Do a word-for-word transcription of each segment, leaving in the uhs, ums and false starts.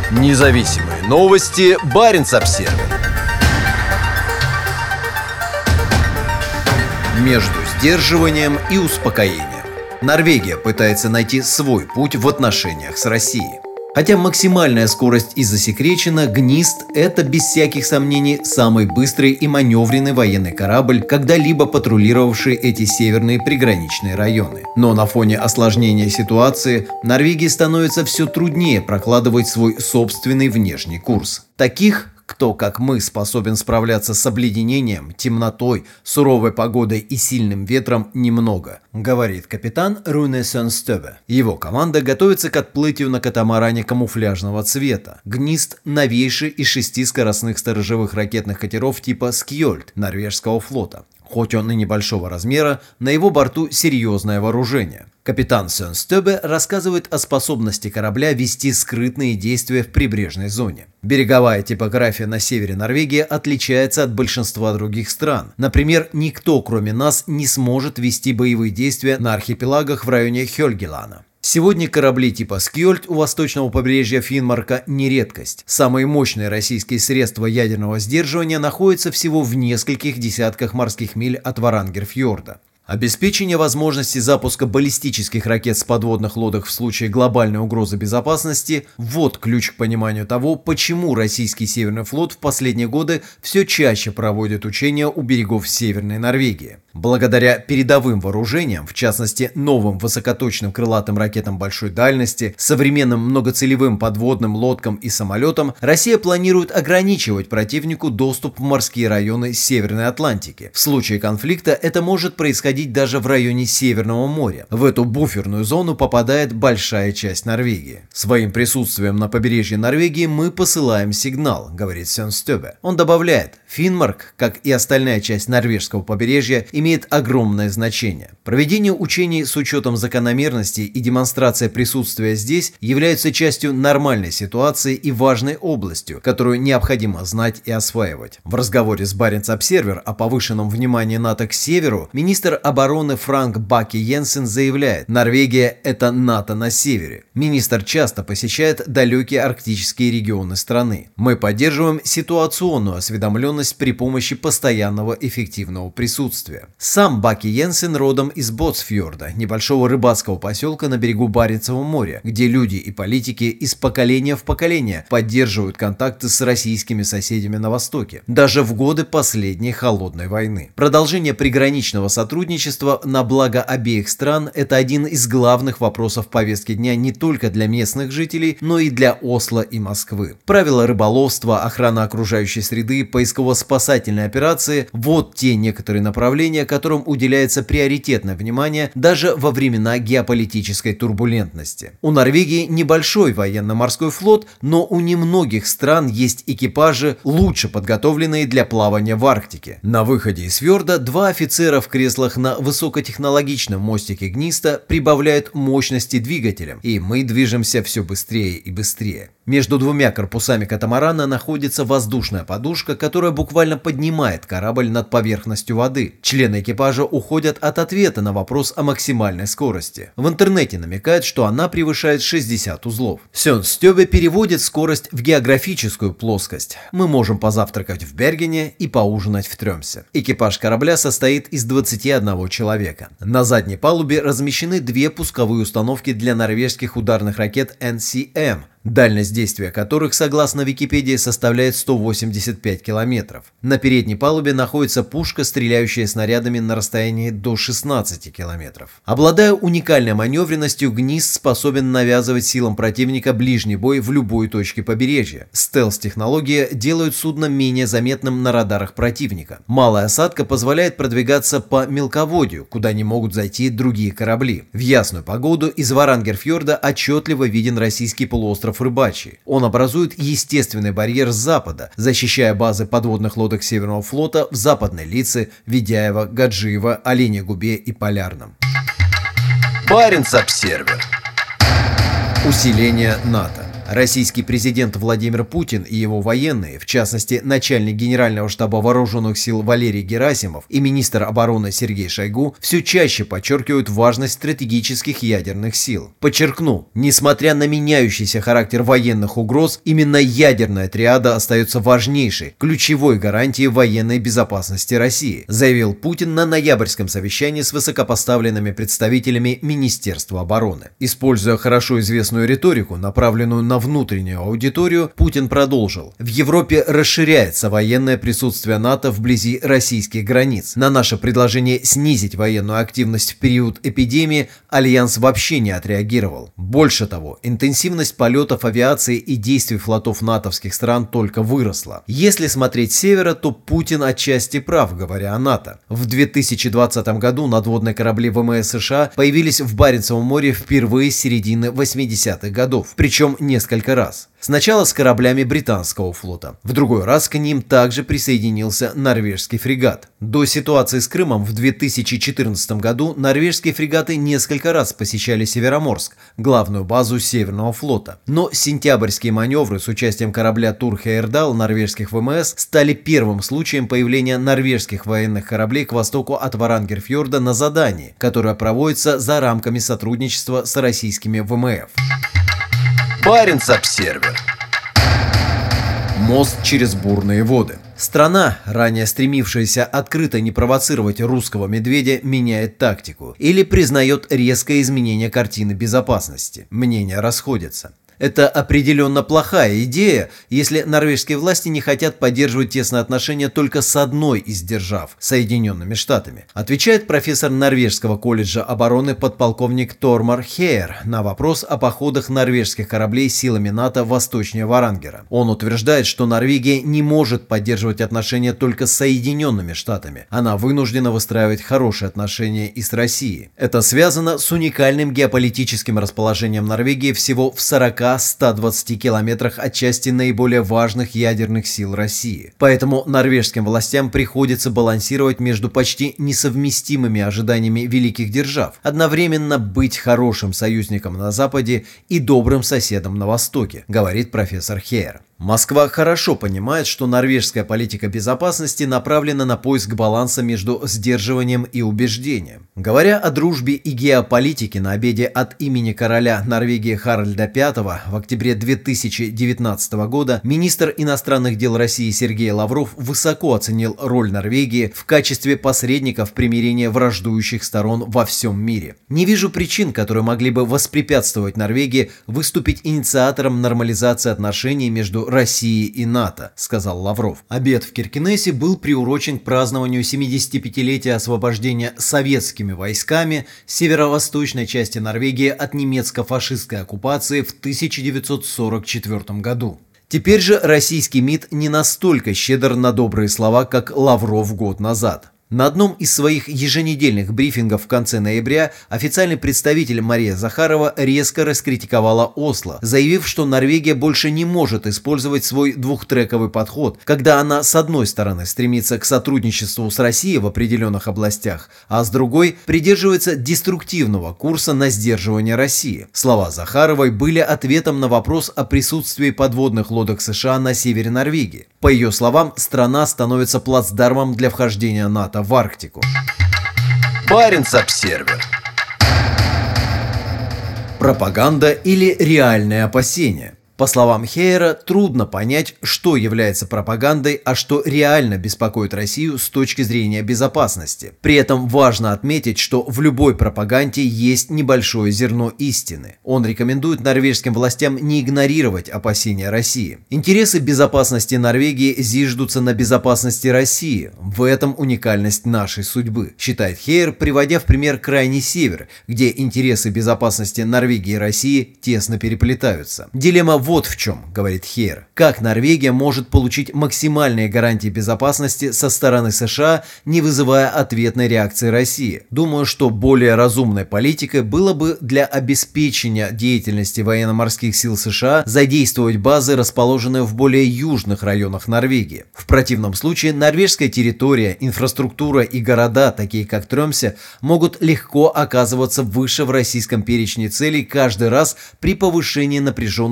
Независимые новости. Баренц-Обсервер. Между сдерживанием и успокоением. Норвегия пытается найти свой путь в отношениях с Россией. Хотя максимальная скорость и засекречена, «Гнист» — это, без всяких сомнений, самый быстрый и маневренный военный корабль, когда-либо патрулировавший эти северные приграничные районы. Но на фоне осложнения ситуации Норвегии становится все труднее прокладывать свой собственный внешний курс. Таких, кто, как мы, способен справляться с обледенением, темнотой, суровой погодой и сильным ветром, немного, говорит капитан Руне Сёнстёбе. Его команда готовится к отплытию на катамаране камуфляжного цвета. «Гнист» — новейший из шести скоростных сторожевых ракетных катеров типа «Скьёльд» норвежского флота. Хоть он и небольшого размера, на его борту серьезное вооружение. Капитан Сёнстёбе рассказывает о способности корабля вести скрытные действия в прибрежной зоне. Береговая типография на севере Норвегии отличается от большинства других стран. Например, никто, кроме нас, не сможет вести боевые действия на архипелагах в районе Хёльгелана. Сегодня корабли типа «Скьёльд» у восточного побережья Финмарка не редкость. Самые мощные российские средства ядерного сдерживания находятся всего в нескольких десятках морских миль от Варангерфьорда. Обеспечение возможности запуска баллистических ракет с подводных лодок в случае глобальной угрозы безопасности – вот ключ к пониманию того, почему российский Северный флот в последние годы все чаще проводит учения у берегов Северной Норвегии. Благодаря передовым вооружениям, в частности новым высокоточным крылатым ракетам большой дальности, современным многоцелевым подводным лодкам и самолетам, Россия планирует ограничивать противнику доступ в морские районы Северной Атлантики. В случае конфликта это может происходить даже в районе Северного моря. В эту буферную зону попадает большая часть Норвегии. Своим присутствием на побережье Норвегии мы посылаем сигнал, говорит Сёнстёбе. Он добавляет, Финмарк, как и остальная часть норвежского побережья, имеет огромное значение. Проведение учений с учетом закономерностей и демонстрация присутствия здесь являются частью нормальной ситуации и важной областью, которую необходимо знать и осваивать. В разговоре с Баренц-Обсервер о повышенном внимании НАТО к северу министр обороны Франк Баки-Йенсен заявляет, Норвегия – это НАТО на севере. Министр часто посещает далекие арктические регионы страны. Мы поддерживаем ситуационную осведомленность при помощи постоянного эффективного присутствия. Сам Баки-Йенсен родом из Ботсфьорда, небольшого рыбацкого поселка на берегу Баренцева моря, где люди и политики из поколения в поколение поддерживают контакты с российскими соседями на востоке, даже в годы последней холодной войны. Продолжение приграничного сотрудничества на благо обеих стран – это один из главных вопросов повестки дня не только для местных жителей, но и для Осло и Москвы. Правила рыболовства, охрана окружающей среды, поисково-спасательные операции – вот те некоторые направления, которым уделяется приоритетное внимание даже во времена геополитической турбулентности. У Норвегии небольшой военно-морской флот, но у немногих стран есть экипажи, лучше подготовленные для плавания в Арктике. На выходе из фьорда два офицера в креслах на высокотехнологичном мостике «Гниста» прибавляют мощности двигателям, и мы движемся все быстрее и быстрее. Между двумя корпусами катамарана находится воздушная подушка, которая буквально поднимает корабль над поверхностью воды. Члены экипажа уходят от ответа на вопрос о максимальной скорости. В интернете намекают, что она превышает шестьдесят узлов. Сёнстёбе переводит скорость в географическую плоскость. Мы можем позавтракать в Бергене и поужинать в Трёмсе. Экипаж корабля состоит из двадцати одного человека. На задней палубе размещены две пусковые установки для норвежских ударных ракет эн си эм, дальность действия которых, согласно Википедии, составляет сто восемьдесят пять километров. На передней палубе находится пушка, стреляющая снарядами на расстоянии до шестнадцати километров. Обладая уникальной маневренностью, «Гнист» способен навязывать силам противника ближний бой в любой точке побережья. Стелс-технология делает судно менее заметным на радарах противника. Малая осадка позволяет продвигаться по мелководью, куда не могут зайти другие корабли. В ясную погоду из Варангерфьорда отчетливо виден российский полуостров Рыбачий. Он образует естественный барьер с запада, защищая базы подводных лодок Северного флота в Западной Лице, Ведяево, Гаджиево, Оленегубе и Полярном. Баренц-Обсервер. Усиление НАТО. Российский президент Владимир Путин и его военные, в частности, начальник Генерального штаба Вооруженных сил Валерий Герасимов и министр обороны Сергей Шойгу, все чаще подчеркивают важность стратегических ядерных сил. Подчеркну, несмотря на меняющийся характер военных угроз, именно ядерная триада остается важнейшей, ключевой гарантией военной безопасности России, заявил Путин на ноябрьском совещании с высокопоставленными представителями Министерства обороны. Используя хорошо известную риторику, направленную на внутреннюю аудиторию, Путин продолжил: в Европе расширяется военное присутствие НАТО вблизи российских границ. На наше предложение снизить военную активность в период эпидемии Альянс вообще не отреагировал. Больше того, интенсивность полетов авиации и действий флотов натовских стран только выросла. Если смотреть с севера, то Путин отчасти прав, говоря о НАТО. В две тысячи двадцатом году надводные корабли ВМС США появились в Баренцевом море впервые с середины восьмидесятых годов, причем несколько Несколько раз. Сначала с кораблями британского флота. В другой раз к ним также присоединился норвежский фрегат. До ситуации с Крымом в две тысячи четырнадцатом году норвежские фрегаты несколько раз посещали Североморск, главную базу Северного флота. Но сентябрьские маневры с участием корабля Тур-Хейердал норвежских ВМС стали первым случаем появления норвежских военных кораблей к востоку от Варангерфьорда на задании, которое проводится за рамками сотрудничества с российскими ВМФ. Баренц-Обсервер. Мост через бурные воды. Страна, ранее стремившаяся открыто не провоцировать русского медведя, меняет тактику или признает резкое изменение картины безопасности. Мнения расходятся. Это определенно плохая идея, если норвежские власти не хотят поддерживать тесные отношения только с одной из держав – Соединенными Штатами, отвечает профессор Норвежского колледжа обороны подполковник Тормар Хейер на вопрос о походах норвежских кораблей силами НАТО восточнее Варангера. Он утверждает, что Норвегия не может поддерживать отношения только с Соединенными Штатами. Она вынуждена выстраивать хорошие отношения и с Россией. Это связано с уникальным геополитическим расположением Норвегии всего в сорока ста двадцати километрах от части наиболее важных ядерных сил России. Поэтому норвежским властям приходится балансировать между почти несовместимыми ожиданиями великих держав, одновременно быть хорошим союзником на Западе и добрым соседом на Востоке, говорит профессор Хейер. Москва хорошо понимает, что норвежская политика безопасности направлена на поиск баланса между сдерживанием и убеждением. Говоря о дружбе и геополитике на обеде от имени короля Норвегии Харальда пятого в октябре две тысячи девятнадцатого года, министр иностранных дел России Сергей Лавров высоко оценил роль Норвегии в качестве посредника в примирении враждующих сторон во всем мире. «Не вижу причин, которые могли бы воспрепятствовать Норвегии выступить инициатором нормализации отношений между России и НАТО», — сказал Лавров. Обед в Киркенесе был приурочен к празднованию семидесятипятилетия освобождения советскими войсками северо-восточной части Норвегии от немецко-фашистской оккупации в тысяча девятьсот сорок четвёртом году. Теперь же российский МИД не настолько щедр на добрые слова, как Лавров год назад. На одном из своих еженедельных брифингов в конце ноября официальный представитель Мария Захарова резко раскритиковала Осло, заявив, что Норвегия больше не может использовать свой двухтрековый подход, когда она с одной стороны стремится к сотрудничеству с Россией в определенных областях, а с другой придерживается деструктивного курса на сдерживание России. Слова Захаровой были ответом на вопрос о присутствии подводных лодок США на севере Норвегии. По ее словам, страна становится плацдармом для вхождения НАТО в Арктику. Баренц-Обсервер. Пропаганда или реальные опасения? По словам Хейера, трудно понять, что является пропагандой, а что реально беспокоит Россию с точки зрения безопасности. При этом важно отметить, что в любой пропаганде есть небольшое зерно истины. Он рекомендует норвежским властям не игнорировать опасения России. Интересы безопасности Норвегии зиждутся на безопасности России. В этом уникальность нашей судьбы, считает Хейер, приводя в пример Крайний Север, где интересы безопасности Норвегии и России тесно переплетаются. Дилемма вот в чем, говорит Хейер. Как Норвегия может получить максимальные гарантии безопасности со стороны США, не вызывая ответной реакции России? Думаю, что более разумной политикой было бы для обеспечения деятельности военно-морских сил США задействовать базы, расположенные в более южных районах Норвегии. В противном случае норвежская территория, инфраструктура и города, такие как Тромсе, могут легко оказываться выше в российском перечне целей каждый раз при повышении напряженности из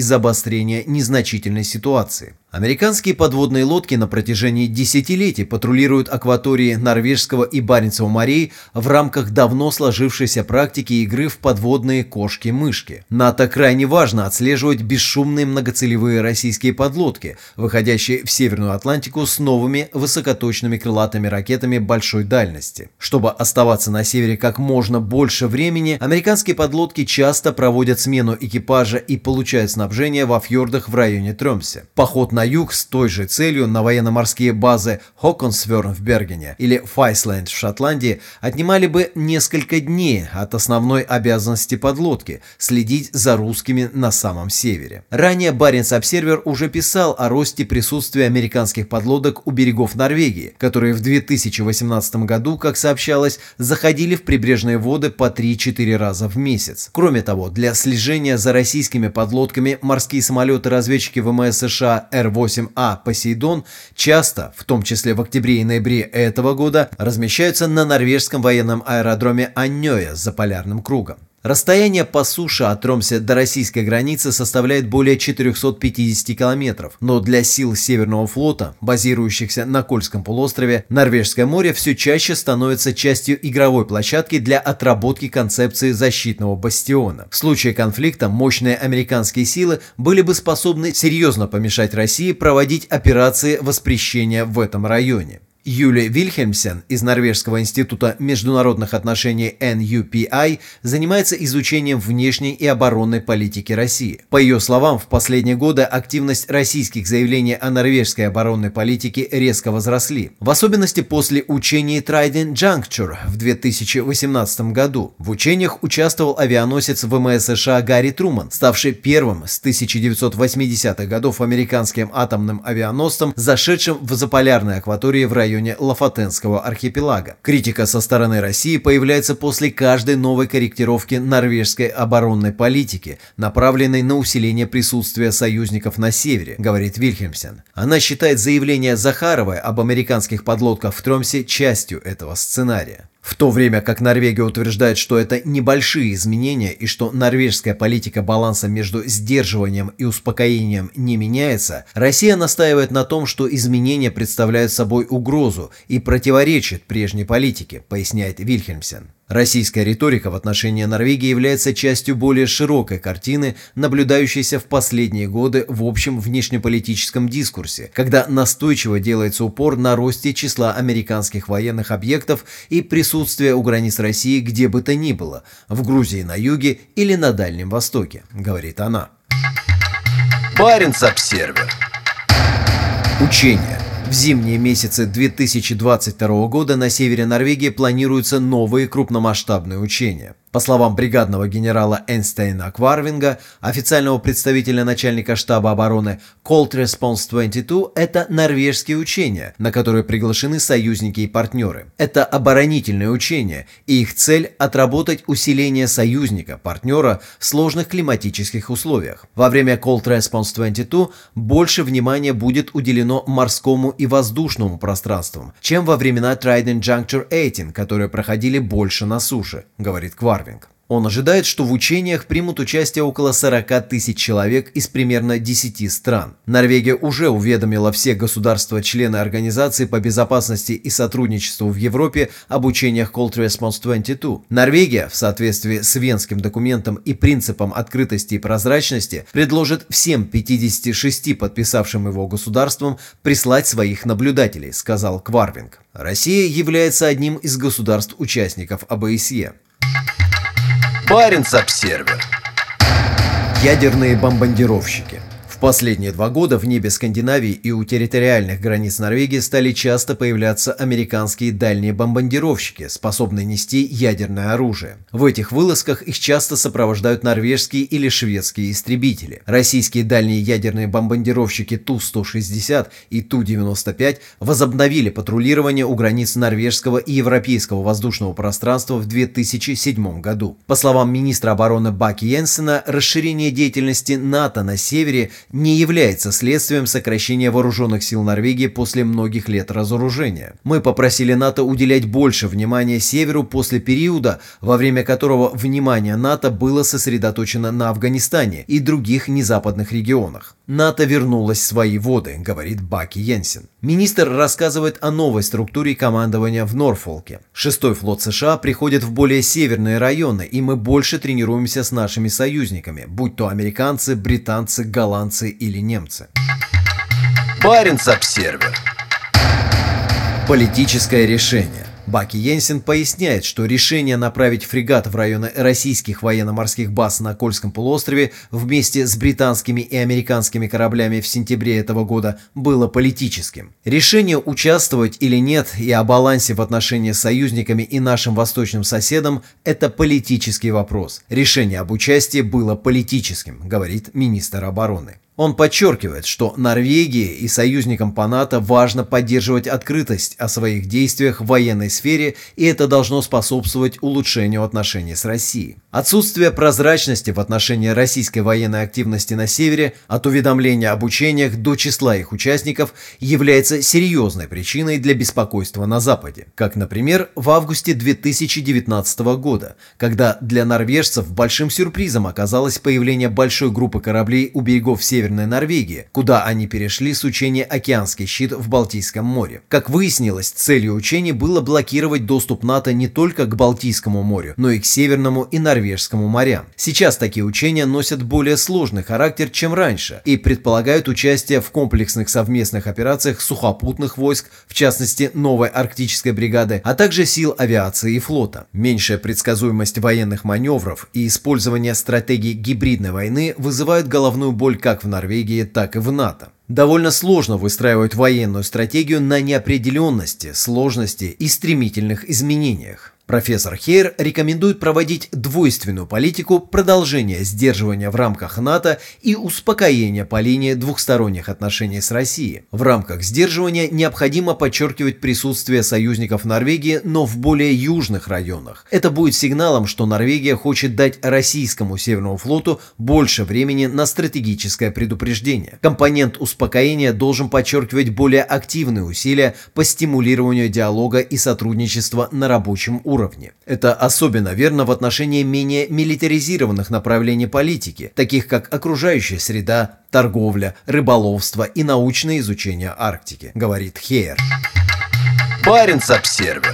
из-за обострения незначительной ситуации. Американские подводные лодки на протяжении десятилетий патрулируют акватории Норвежского и Баренцева морей в рамках давно сложившейся практики игры в подводные кошки-мышки. НАТО крайне важно отслеживать бесшумные многоцелевые российские подлодки, выходящие в Северную Атлантику с новыми высокоточными крылатыми ракетами большой дальности. Чтобы оставаться на севере как можно больше времени, американские подлодки часто проводят смену экипажа и получают снабжение во фьордах в районе Тромсе. Поход на на юг с той же целью на военно-морские базы Хоконсверн в Бергене или Файсленд в Шотландии отнимали бы несколько дней от основной обязанности подлодки – следить за русскими на самом севере. Ранее Баренц Обсервер уже писал о росте присутствия американских подлодок у берегов Норвегии, которые в две тысячи восемнадцатом году, как сообщалось, заходили в прибрежные воды по три-четыре раза в месяц. Кроме того, для слежения за российскими подлодками морские самолеты-разведчики ВМС США Р восемь А «Посейдон» часто, в том числе в октябре и ноябре этого года, размещаются на норвежском военном аэродроме Аньоя за полярным кругом. Расстояние по суше от Тромсе до российской границы составляет более четырехсот пятидесяти километров, но для сил Северного флота, базирующихся на Кольском полуострове, Норвежское море все чаще становится частью игровой площадки для отработки концепции защитного бастиона. В случае конфликта мощные американские силы были бы способны серьезно помешать России проводить операции воспрещения в этом районе. Юли Вильхельмсен из Норвежского института международных отношений эн ю пи ай занимается изучением внешней и оборонной политики России. По ее словам, в последние годы активность российских заявлений о норвежской оборонной политике резко возросли, в особенности после учений Trident Juncture в две тысячи восемнадцатом году. В учениях участвовал авианосец ВМС США Гарри Труман, ставший первым с тысяча девятьсот восьмидесятых годов американским атомным авианосцем, зашедшим в заполярной акватории в районе Лафатенского архипелага. Критика со стороны России появляется после каждой новой корректировки норвежской оборонной политики, направленной на усиление присутствия союзников на севере, говорит Вильхельмсен. Она считает заявление Захаровой об американских подлодках в Тромсе частью этого сценария. В то время как Норвегия утверждает, что это небольшие изменения и что норвежская политика баланса между сдерживанием и успокоением не меняется, Россия настаивает на том, что изменения представляют собой угрозу и противоречат прежней политике, поясняет Вильхельмсен. Российская риторика в отношении Норвегии является частью более широкой картины, наблюдающейся в последние годы в общем внешнеполитическом дискурсе, когда настойчиво делается упор на росте числа американских военных объектов и присутствия у границ России где бы то ни было, в Грузии на юге или на Дальнем Востоке, говорит она. Баренц Обсервер. Учения. В зимние месяцы две тысячи двадцать второго года на севере Норвегии планируются новые крупномасштабные учения. По словам бригадного генерала Эйнстейна Кварвинга, официального представителя начальника штаба обороны, Cold Response двадцать два – это норвежские учения, на которые приглашены союзники и партнеры. Это оборонительные учения, и их цель – отработать усиление союзника, партнера в сложных климатических условиях. Во время Cold Response двадцать два больше внимания будет уделено морскому и воздушному пространствам, чем во времена Trident Juncture восемь, которые проходили больше на суше, говорит Кварвинг. Он ожидает, что в учениях примут участие около сорока тысяч человек из примерно десяти стран. Норвегия уже уведомила все государства-члены Организации по безопасности и сотрудничеству в Европе об учениях Cold Response двадцать два. Норвегия, в соответствии с Венским документом и принципом открытости и прозрачности, предложит всем пятидесяти шести подписавшим его государствам прислать своих наблюдателей, сказал Кварвинг. Россия является одним из государств-участников ОБСЕ. Баренц Обсервер. Ядерные бомбардировщики. В последние два года в небе Скандинавии и у территориальных границ Норвегии стали часто появляться американские дальние бомбардировщики, способные нести ядерное оружие. В этих вылазках их часто сопровождают норвежские или шведские истребители. Российские дальние ядерные бомбардировщики Ту сто шестьдесят и Ту девяносто пять возобновили патрулирование у границ норвежского и европейского воздушного пространства в две тысячи седьмом году. По словам министра обороны Баки Йенсена, расширение деятельности НАТО на севере не является следствием сокращения вооруженных сил Норвегии после многих лет разоружения. Мы попросили НАТО уделять больше внимания Северу после периода, во время которого внимание НАТО было сосредоточено на Афганистане и других незападных регионах. НАТО вернулось в свои воды, говорит Баки Йенсен. Министр рассказывает о новой структуре командования в Норфолке. Шестой флот США приходит в более северные районы, и мы больше тренируемся с нашими союзниками, будь то американцы, британцы, голландцы или немцы. Баренц-Обсервер. Политическое решение. Баки Йенсен поясняет, что решение направить фрегат в районы российских военно-морских баз на Кольском полуострове вместе с британскими и американскими кораблями в сентябре этого года было политическим. Решение участвовать или нет и о балансе в отношении с союзниками и нашим восточным соседом – это политический вопрос. Решение об участии было политическим, говорит министр обороны. Он подчеркивает, что Норвегии и союзникам по НАТО важно поддерживать открытость о своих действиях в военной сфере, и это должно способствовать улучшению отношений с Россией. Отсутствие прозрачности в отношении российской военной активности на севере, от уведомления об учениях до числа их участников, является серьезной причиной для беспокойства на Западе. Как, например, в августе две тысячи девятнадцатого года, когда для норвежцев большим сюрпризом оказалось появление большой группы кораблей у берегов Северной Норвегии, куда они перешли с учения «Океанский щит» в Балтийском море. Как выяснилось, целью учений было блокировать доступ НАТО не только к Балтийскому морю, но и к Северному и Норвежскому морям. Сейчас такие учения носят более сложный характер, чем раньше, и предполагают участие в комплексных совместных операциях сухопутных войск, в частности новой арктической бригады, а также сил авиации и флота. Меньшая предсказуемость военных маневров и использование стратегий гибридной войны вызывают головную боль как в Норвегии, Норвегии, так и в НАТО. Довольно сложно выстраивать военную стратегию на неопределенности, сложности и стремительных изменениях. Профессор Хейер рекомендует проводить двойственную политику продолжения сдерживания в рамках НАТО и успокоения по линии двухсторонних отношений с Россией. В рамках сдерживания необходимо подчеркивать присутствие союзников Норвегии, но в более южных районах. Это будет сигналом, что Норвегия хочет дать российскому Северному флоту больше времени на стратегическое предупреждение. Компонент успокоения должен подчеркивать более активные усилия по стимулированию диалога и сотрудничества на рабочем уровне. Уровне. Это особенно верно в отношении менее милитаризированных направлений политики, таких как окружающая среда, торговля, рыболовство и научное изучение Арктики, говорит Хейер. Баренц-Обсервер.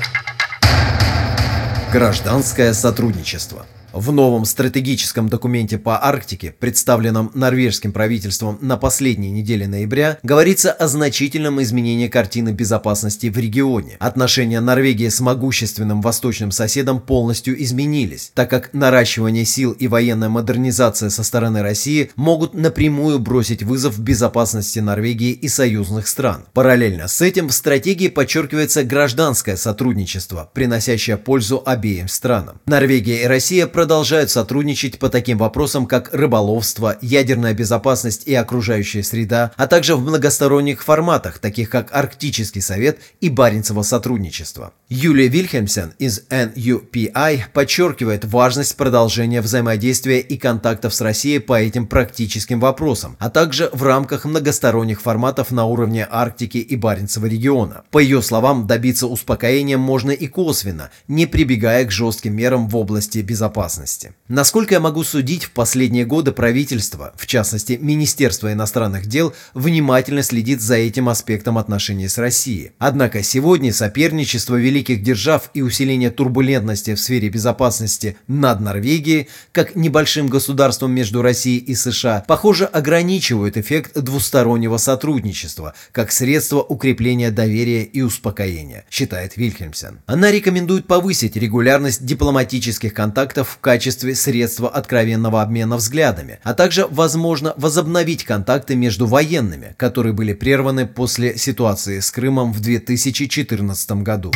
Гражданское сотрудничество. В новом стратегическом документе по Арктике, представленном норвежским правительством на последней неделе ноября, говорится о значительном изменении картины безопасности в регионе. Отношения Норвегии с могущественным восточным соседом полностью изменились, так как наращивание сил и военная модернизация со стороны России могут напрямую бросить вызов безопасности Норвегии и союзных стран. Параллельно с этим в стратегии подчеркивается гражданское сотрудничество, приносящее пользу обеим странам. Норвегия и Россия продолжают продолжают сотрудничать по таким вопросам, как рыболовство, ядерная безопасность и окружающая среда, а также в многосторонних форматах, таких как Арктический совет и Баренцево сотрудничество. Юлия Вильхельмсен из эн ю пи ай подчеркивает важность продолжения взаимодействия и контактов с Россией по этим практическим вопросам, а также в рамках многосторонних форматов на уровне Арктики и Баренцева региона. По ее словам, добиться успокоения можно и косвенно, не прибегая к жестким мерам в области безопасности. Насколько я могу судить, в последние годы правительство, в частности Министерство иностранных дел, внимательно следит за этим аспектом отношений с Россией. Однако сегодня соперничество великих держав и усиление турбулентности в сфере безопасности над Норвегией, как небольшим государством между Россией и США, похоже, ограничивают эффект двустороннего сотрудничества, как средство укрепления доверия и успокоения, считает Вильхельмсен. Она рекомендует повысить регулярность дипломатических контактов в качестве средства откровенного обмена взглядами, а также, возможно, возобновить контакты между военными, которые были прерваны после ситуации с Крымом в две тысячи четырнадцатом году.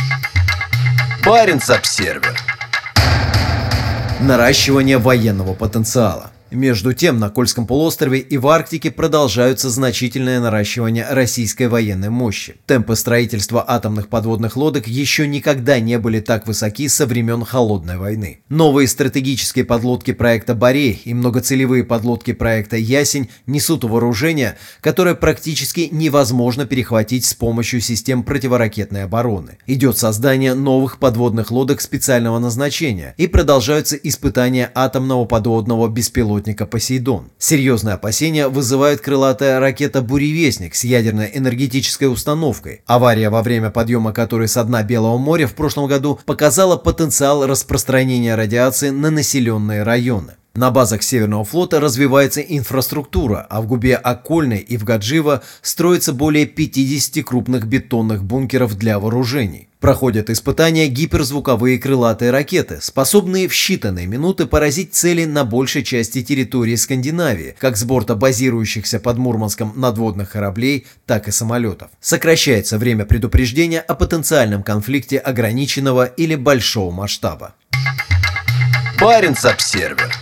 Баренц-Обсервер. Наращивание военного потенциала. Между тем, на Кольском полуострове и в Арктике продолжаются значительное наращивание российской военной мощи. Темпы строительства атомных подводных лодок еще никогда не были так высоки со времен Холодной войны. Новые стратегические подлодки проекта «Борей» и многоцелевые подлодки проекта «Ясень» несут вооружение, которое практически невозможно перехватить с помощью систем противоракетной обороны. Идет создание новых подводных лодок специального назначения и продолжаются испытания атомного подводного беспилотника «Посейдон». Серьезные опасения вызывает крылатая ракета «Буревестник» с ядерной энергетической установкой, авария во время подъема которой со дна Белого моря в прошлом году показала потенциал распространения радиации на населенные районы. На базах Северного флота развивается инфраструктура, а в губе Окольной и в Гаджиево строится более пятидесяти крупных бетонных бункеров для вооружений. Проходят испытания гиперзвуковые крылатые ракеты, способные в считанные минуты поразить цели на большей части территории Скандинавии, как с борта базирующихся под Мурманском надводных кораблей, так и самолетов. Сокращается время предупреждения о потенциальном конфликте ограниченного или большого масштаба. Баренц-Обсервер.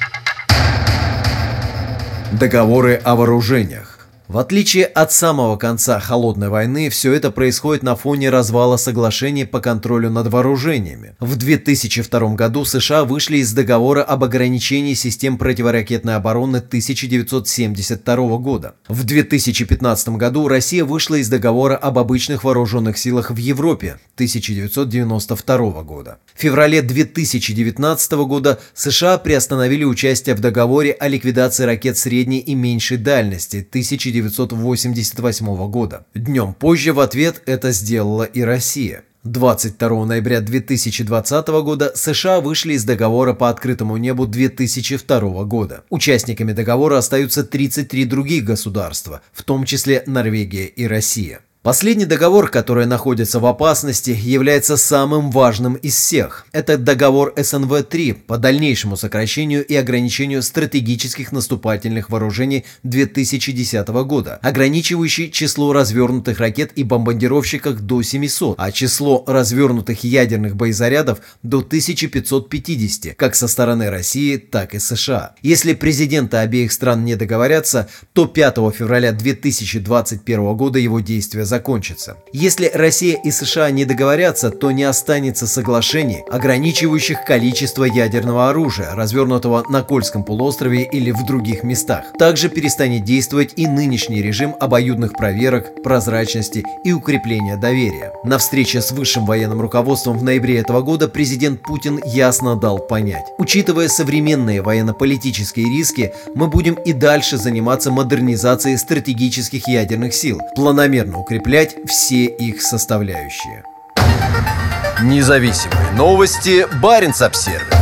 Договоры о вооружениях. В отличие от самого конца Холодной войны, все это происходит на фоне развала соглашений по контролю над вооружениями. В две тысячи втором году США вышли из договора об ограничении систем противоракетной обороны тысяча девятьсот семьдесят второго года. В две тысячи пятнадцатом году Россия вышла из договора об обычных вооруженных силах в Европе тысяча девятьсот девяносто второго года. В феврале две тысячи девятнадцатого года США приостановили участие в договоре о ликвидации ракет средней и меньшей дальности тысяча девятьсот восемьдесят восьмого года. Днем позже в ответ это сделала и Россия. двадцать второго ноября две тысячи двадцатого года США вышли из договора по открытому небу две тысячи второго года. Участниками договора остаются тридцать три других государства, в том числе Норвегия и Россия. Последний договор, который находится в опасности, является самым важным из всех. Это договор эс эн вэ три по дальнейшему сокращению и ограничению стратегических наступательных вооружений две тысячи десятого года, ограничивающий число развернутых ракет и бомбардировщиков до семисот, а число развернутых ядерных боезарядов до тысячи пятисот пятидесяти, как со стороны России, так и США. Если президенты обеих стран не договорятся, то пятого февраля две тысячи двадцать первого года его действия закончится. Если Россия и США не договорятся, то не останется соглашений, ограничивающих количество ядерного оружия, развернутого на Кольском полуострове или в других местах. Также перестанет действовать и нынешний режим обоюдных проверок, прозрачности и укрепления доверия. На встрече с высшим военным руководством в ноябре этого года президент Путин ясно дал понять: учитывая современные военно-политические риски, мы будем и дальше заниматься модернизацией стратегических ядерных сил, планомерно укреплять все их составляющие. Независимые новости. Баренц-Обсервер.